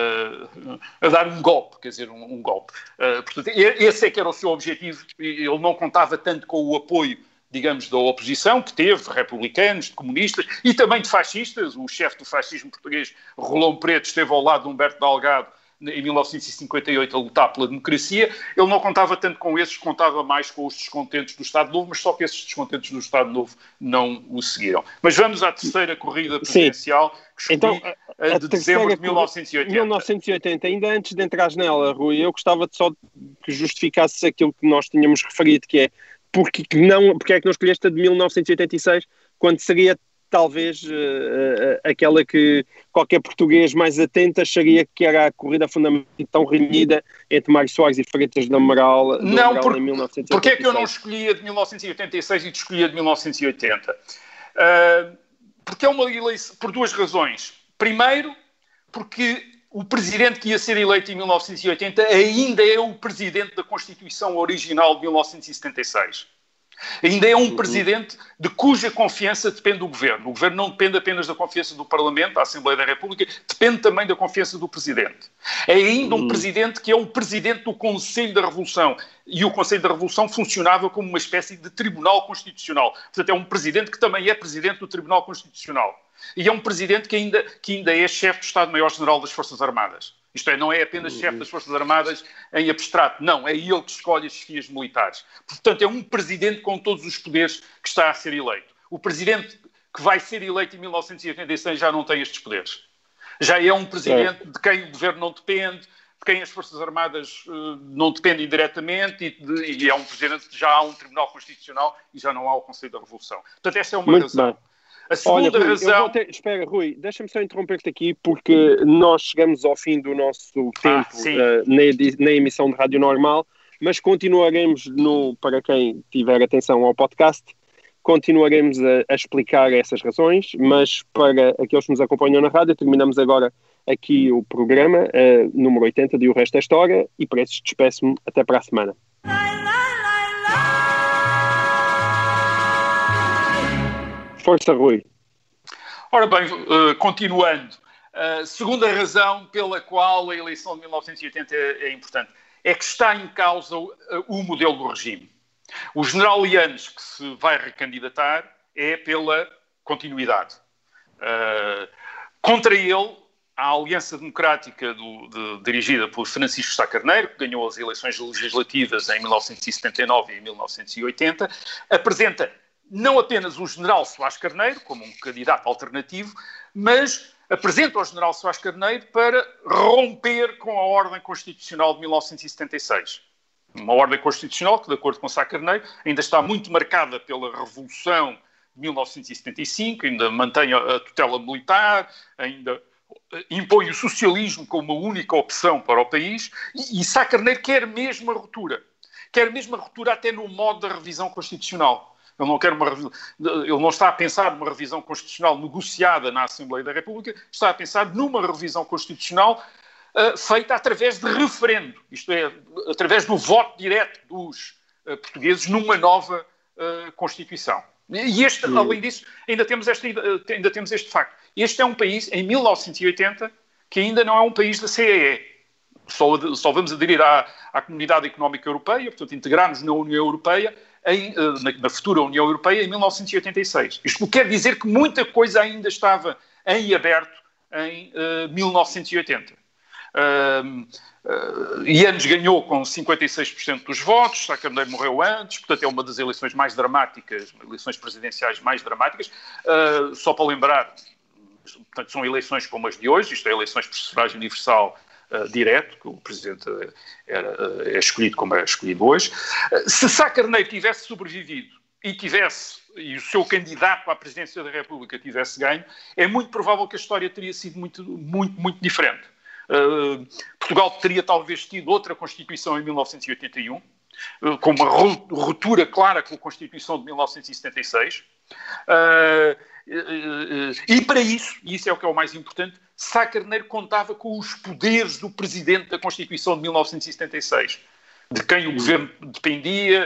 uh, a dar um golpe, quer dizer, um, um golpe. Uh, portanto, esse é que era o seu objetivo. Ele não contava tanto com o apoio, digamos, da oposição, que teve, de republicanos, de comunistas e também de fascistas. O chefe do fascismo português, Rolão Preto, esteve ao lado de Humberto Delgado em mil novecentos e cinquenta e oito a lutar pela democracia. Ele não contava tanto com esses, contava mais com os descontentes do Estado Novo, mas só que esses descontentes do Estado Novo não o seguiram. Mas vamos à terceira corrida presidencial, que escolhi, então, a, a de dezembro de mil novecentos e oitenta. mil novecentos e oitenta. Ainda antes de entrares nela, Rui, eu gostava de só que justificasses aquilo que nós tínhamos referido, que é Porque, não, porque é que não escolheste a de mil novecentos e oitenta e seis, quando seria talvez uh, uh, aquela que qualquer português mais atento acharia que era a corrida fundamental tão renhida entre Mário Soares e Freitas do Amaral, do não, Amaral por, em mil novecentos e oitenta e seis. Porque é que eu não escolhi a de mil novecentos e oitenta e seis e te escolhi a de mil novecentos e oitenta? Uh, porque é uma eleição, por duas razões. Primeiro, porque o presidente que ia ser eleito em mil novecentos e oitenta ainda é o presidente da Constituição original de mil novecentos e setenta e seis. Ainda é um presidente de cuja confiança depende do governo. O governo não depende apenas da confiança do Parlamento, da Assembleia da República, depende também da confiança do presidente. É ainda um presidente que é o presidente do Conselho da Revolução. E o Conselho da Revolução funcionava como uma espécie de tribunal constitucional. Portanto, é um presidente que também é presidente do Tribunal Constitucional. E é um presidente que ainda, que ainda é chefe do Estado-Maior-General das Forças Armadas. Isto é, não é apenas chefe das Forças Armadas em abstrato, não, é ele que escolhe as chefias militares. Portanto, é um presidente com todos os poderes que está a ser eleito. O presidente que vai ser eleito em mil novecentos e oitenta e seis já não tem estes poderes. Já é um presidente de quem o governo não depende, de quem as Forças Armadas uh, não dependem diretamente e, de, e é um presidente que já há um Tribunal Constitucional e já não há o Conselho da Revolução. Portanto, esta é uma Muito razão. Bem. A segunda Olha, Rui, razão... eu vou ter... Espera, Rui, deixa-me só interromper-te aqui, porque nós chegamos ao fim do nosso tempo ah, uh, na, edi... na emissão de rádio normal, mas continuaremos, no... para quem tiver atenção ao podcast, continuaremos a, a explicar essas razões, mas para aqueles que nos acompanham na rádio, terminamos agora aqui o programa, uh, número oitenta de O Resto da História, e para isso despeço-me até para a semana. Força, Rui. Ora bem, uh, continuando. A uh, segunda razão pela qual a eleição de mil novecentos e oitenta é, é importante é que está em causa o, o modelo do regime. O general Lianes, que se vai recandidatar, é pela continuidade. Uh, contra ele à Aliança Democrática do, de, dirigida por Francisco Sá Carneiro, que ganhou as eleições legislativas em mil novecentos e setenta e nove e em mil novecentos e oitenta, apresenta não apenas o general Soares Carneiro como um candidato alternativo, mas apresenta o general Soares Carneiro para romper com a ordem constitucional de mil novecentos e setenta e seis. Uma ordem constitucional que, de acordo com Sá Carneiro, ainda está muito marcada pela Revolução de mil novecentos e setenta e cinco, ainda mantém a tutela militar, ainda impõe o socialismo como uma única opção para o país, e, e Sá Carneiro quer mesmo a ruptura. Quer mesmo a ruptura até no modo da revisão constitucional. Ele não, quer uma, ele não está a pensar numa revisão constitucional negociada na Assembleia da República, está a pensar numa revisão constitucional uh, feita através de referendo, isto é, através do voto direto dos uh, portugueses numa nova uh, Constituição. E este, além disso, ainda temos, este, ainda temos este facto. Este é um país, em mil novecentos e oitenta, que ainda não é um país da C E E. Só, só vamos aderir à, à Comunidade Económica Europeia, portanto, integrar-nos na União Europeia, em, na, na futura União Europeia, em mil novecentos e oitenta e seis. Isto quer dizer que muita coisa ainda estava em aberto em uh, mil novecentos e oitenta. Uh, uh, Ianes ganhou com cinquenta e seis por cento dos votos, Sá Carneiro morreu antes, portanto é uma das eleições mais dramáticas, eleições presidenciais mais dramáticas. Uh, só para lembrar, portanto, são eleições como as de hoje, isto é, eleições por sufrágio universal uh, direto, que o Presidente era, uh, é escolhido como é escolhido hoje. Uh, se Sá Carneiro tivesse sobrevivido e tivesse, e o seu candidato à presidência da República tivesse ganho, é muito provável que a história teria sido muito, muito, muito diferente. Uh, Portugal teria talvez tido outra Constituição em mil novecentos e oitenta e um, uh, com uma ruptura clara com a Constituição de mil novecentos e setenta e seis. Uh, uh, uh, e para isso, e isso é o que é o mais importante, Sá Carneiro contava com os poderes do Presidente da Constituição de mil novecentos e setenta e seis, de quem o governo dependia,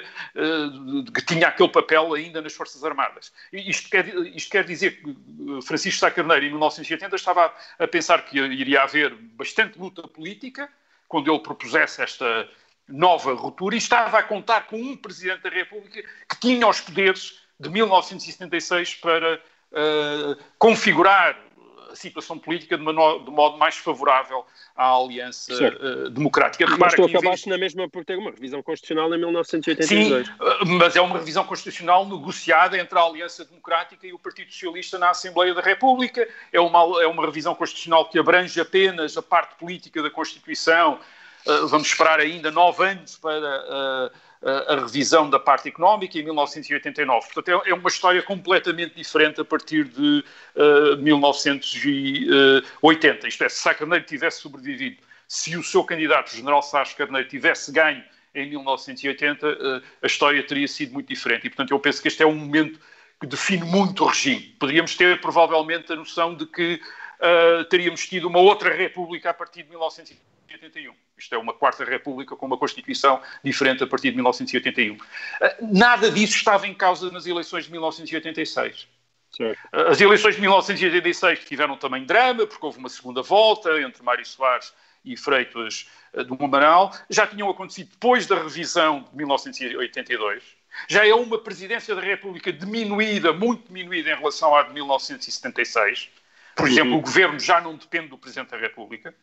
de que tinha aquele papel ainda nas Forças Armadas. Isto quer, isto quer dizer que Francisco Sá Carneiro, em mil novecentos e oitenta, estava a pensar que iria haver bastante luta política quando ele propusesse esta nova ruptura, e estava a contar com um Presidente da República que tinha os poderes de mil novecentos e setenta e seis para uh, configurar a situação política de, uma, de modo mais favorável à Aliança uh, Democrática. Repara, mas tu acabaste vez... na mesma por ter uma revisão constitucional em mil novecentos e oitenta e dois. Sim, mas é uma revisão constitucional negociada entre a Aliança Democrática e o Partido Socialista na Assembleia da República. É uma, é uma revisão constitucional que abrange apenas a parte política da Constituição. Uh, vamos esperar ainda nove anos para... Uh, a revisão da parte económica em mil novecentos e oitenta e nove. Portanto, é uma história completamente diferente a partir de uh, mil novecentos e oitenta. Isto é, se Sá Carneiro tivesse sobrevivido, se o seu candidato, o general Soares Carneiro, tivesse ganho em mil novecentos e oitenta, uh, a história teria sido muito diferente. E, portanto, eu penso que este é um momento que define muito o regime. Poderíamos ter, provavelmente, a noção de que uh, teríamos tido uma outra república a partir de mil novecentos e oitenta e um. Isto é, uma quarta república com uma Constituição diferente a partir de mil novecentos e oitenta e um. Nada disso estava em causa nas eleições de mil novecentos e oitenta e seis. Certo. As eleições de mil novecentos e oitenta e seis tiveram também drama, porque houve uma segunda volta entre Mário Soares e Freitas do Amaral. Já tinham acontecido depois da revisão de mil novecentos e oitenta e dois. Já é uma presidência da República diminuída, muito diminuída em relação à de mil novecentos e setenta e seis. Por exemplo, uhum. O governo já não depende do Presidente da República.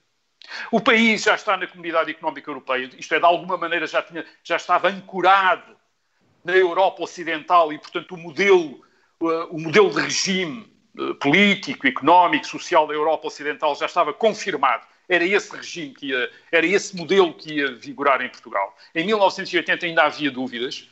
O país já está na Comunidade Económica Europeia, isto é, de alguma maneira já, tinha, já estava ancorado na Europa Ocidental e, portanto, o modelo, uh, o modelo de regime uh, político, económico, social da Europa Ocidental já estava confirmado. Era esse regime, que ia, era esse modelo que ia vigorar em Portugal. Em mil novecentos e oitenta ainda havia dúvidas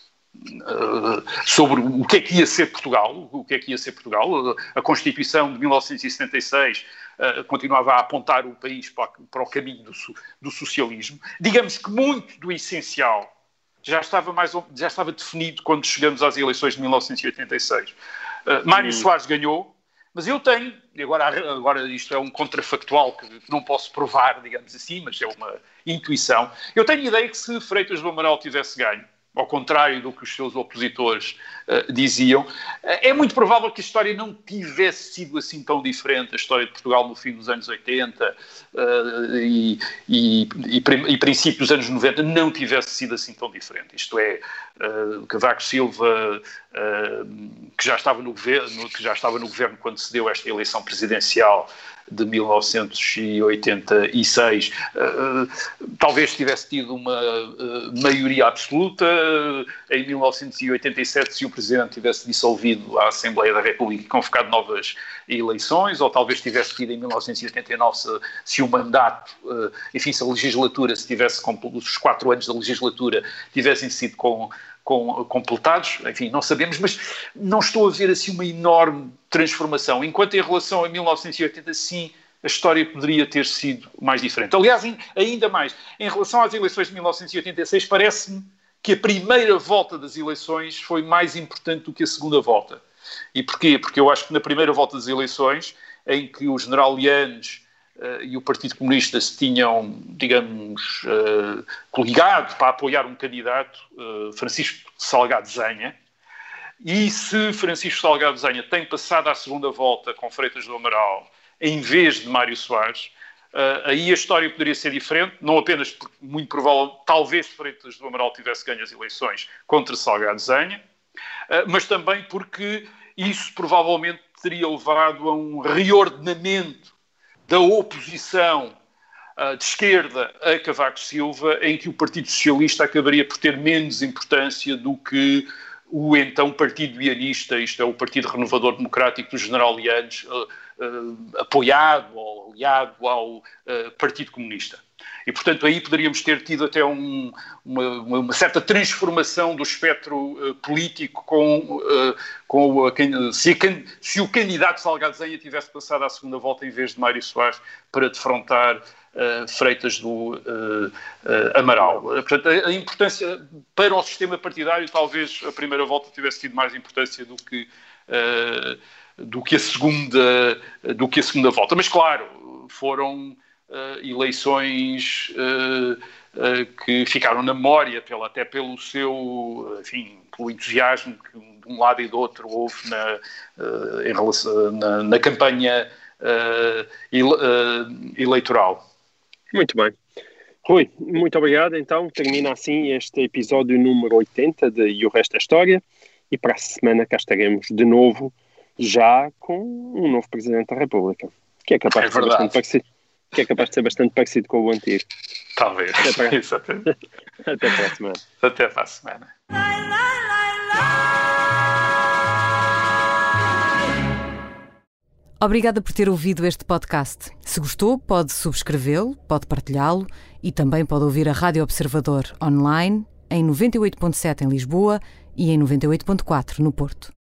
uh, sobre o que é que ia ser Portugal, o que é que ia ser Portugal. A Constituição de mil novecentos e setenta e seis Uh, continuava a apontar o país para, para o caminho do, do socialismo. Digamos que muito do essencial já estava, mais, já estava definido quando chegamos às eleições de mil novecentos e oitenta e seis. Uh, Mário hum. Soares ganhou, mas eu tenho, e agora, agora isto é um contrafactual que não posso provar, digamos assim, mas é uma intuição, eu tenho a ideia que se Freitas do Amaral tivesse ganho, ao contrário do que os seus opositores uh, diziam, uh, é muito provável que a história não tivesse sido assim tão diferente, a história de Portugal no fim dos anos oitenta uh, e, e, e, e princípio dos anos noventa não tivesse sido assim tão diferente. Isto é, uh, Cavaco Silva que já estava no governo, que já estava no governo quando se deu esta eleição presidencial de mil novecentos e oitenta e seis, talvez tivesse tido uma maioria absoluta. Em mil novecentos e oitenta e sete, se o Presidente tivesse dissolvido a Assembleia da República e convocado novas eleições, ou talvez tivesse tido em mil novecentos e oitenta e nove, se, se o mandato, enfim, se a legislatura, se tivesse, os quatro anos da legislatura tivessem sido com Com, completados, enfim, não sabemos, mas não estou a ver assim uma enorme transformação, enquanto em relação a mil novecentos e oitenta, sim, a história poderia ter sido mais diferente. Aliás, ainda mais, em relação às eleições de mil novecentos e oitenta e seis, parece-me que a primeira volta das eleições foi mais importante do que a segunda volta. E porquê? Porque eu acho que na primeira volta das eleições, em que o general Lianes Uh, e o Partido Comunista se tinham, digamos, uh, coligado para apoiar um candidato, uh, Francisco Salgado Zenha, e se Francisco Salgado Zenha tem passado à segunda volta com Freitas do Amaral em vez de Mário Soares, uh, aí a história poderia ser diferente, não apenas porque, muito provável, talvez Freitas do Amaral tivesse ganho as eleições contra Salgado Zenha, uh, mas também porque isso provavelmente teria levado a um reordenamento da oposição uh, de esquerda a Cavaco Silva, em que o Partido Socialista acabaria por ter menos importância do que o então Partido Lianista, isto é, o Partido Renovador Democrático do general Lianes, uh, uh, apoiado ou aliado ao uh, Partido Comunista. E, portanto, aí poderíamos ter tido até um, uma, uma certa transformação do espectro uh, político com, uh, com a, se, a, se o candidato Salgado Zenha tivesse passado à segunda volta em vez de Mário Soares para defrontar uh, Freitas do uh, uh, Amaral. Portanto, a, a importância para o sistema partidário, talvez a primeira volta tivesse tido mais importância do que, uh, do que, a, segunda, do que a segunda volta. Mas, claro, foram Uh, eleições uh, uh, que ficaram na memória, pela, até pelo seu, enfim, pelo entusiasmo que de um lado e do outro houve na, uh, em relação, na, na campanha uh, ele, uh, eleitoral. Muito bem. Rui, muito obrigado. Então, termina assim este episódio número oitenta de E o Resto é História, e para a semana cá estaremos de novo, já com um novo Presidente da República, que é capaz é de ser bastante parecido. Que é capaz de ser bastante parecido com o antigo. Talvez. Até para, Exatamente. Até para a semana. Até para a semana. Obrigada por ter ouvido este podcast. Se gostou, pode subscrevê-lo, pode partilhá-lo e também pode ouvir a Rádio Observador online em noventa e oito ponto sete em Lisboa e em noventa e oito ponto quatro no Porto.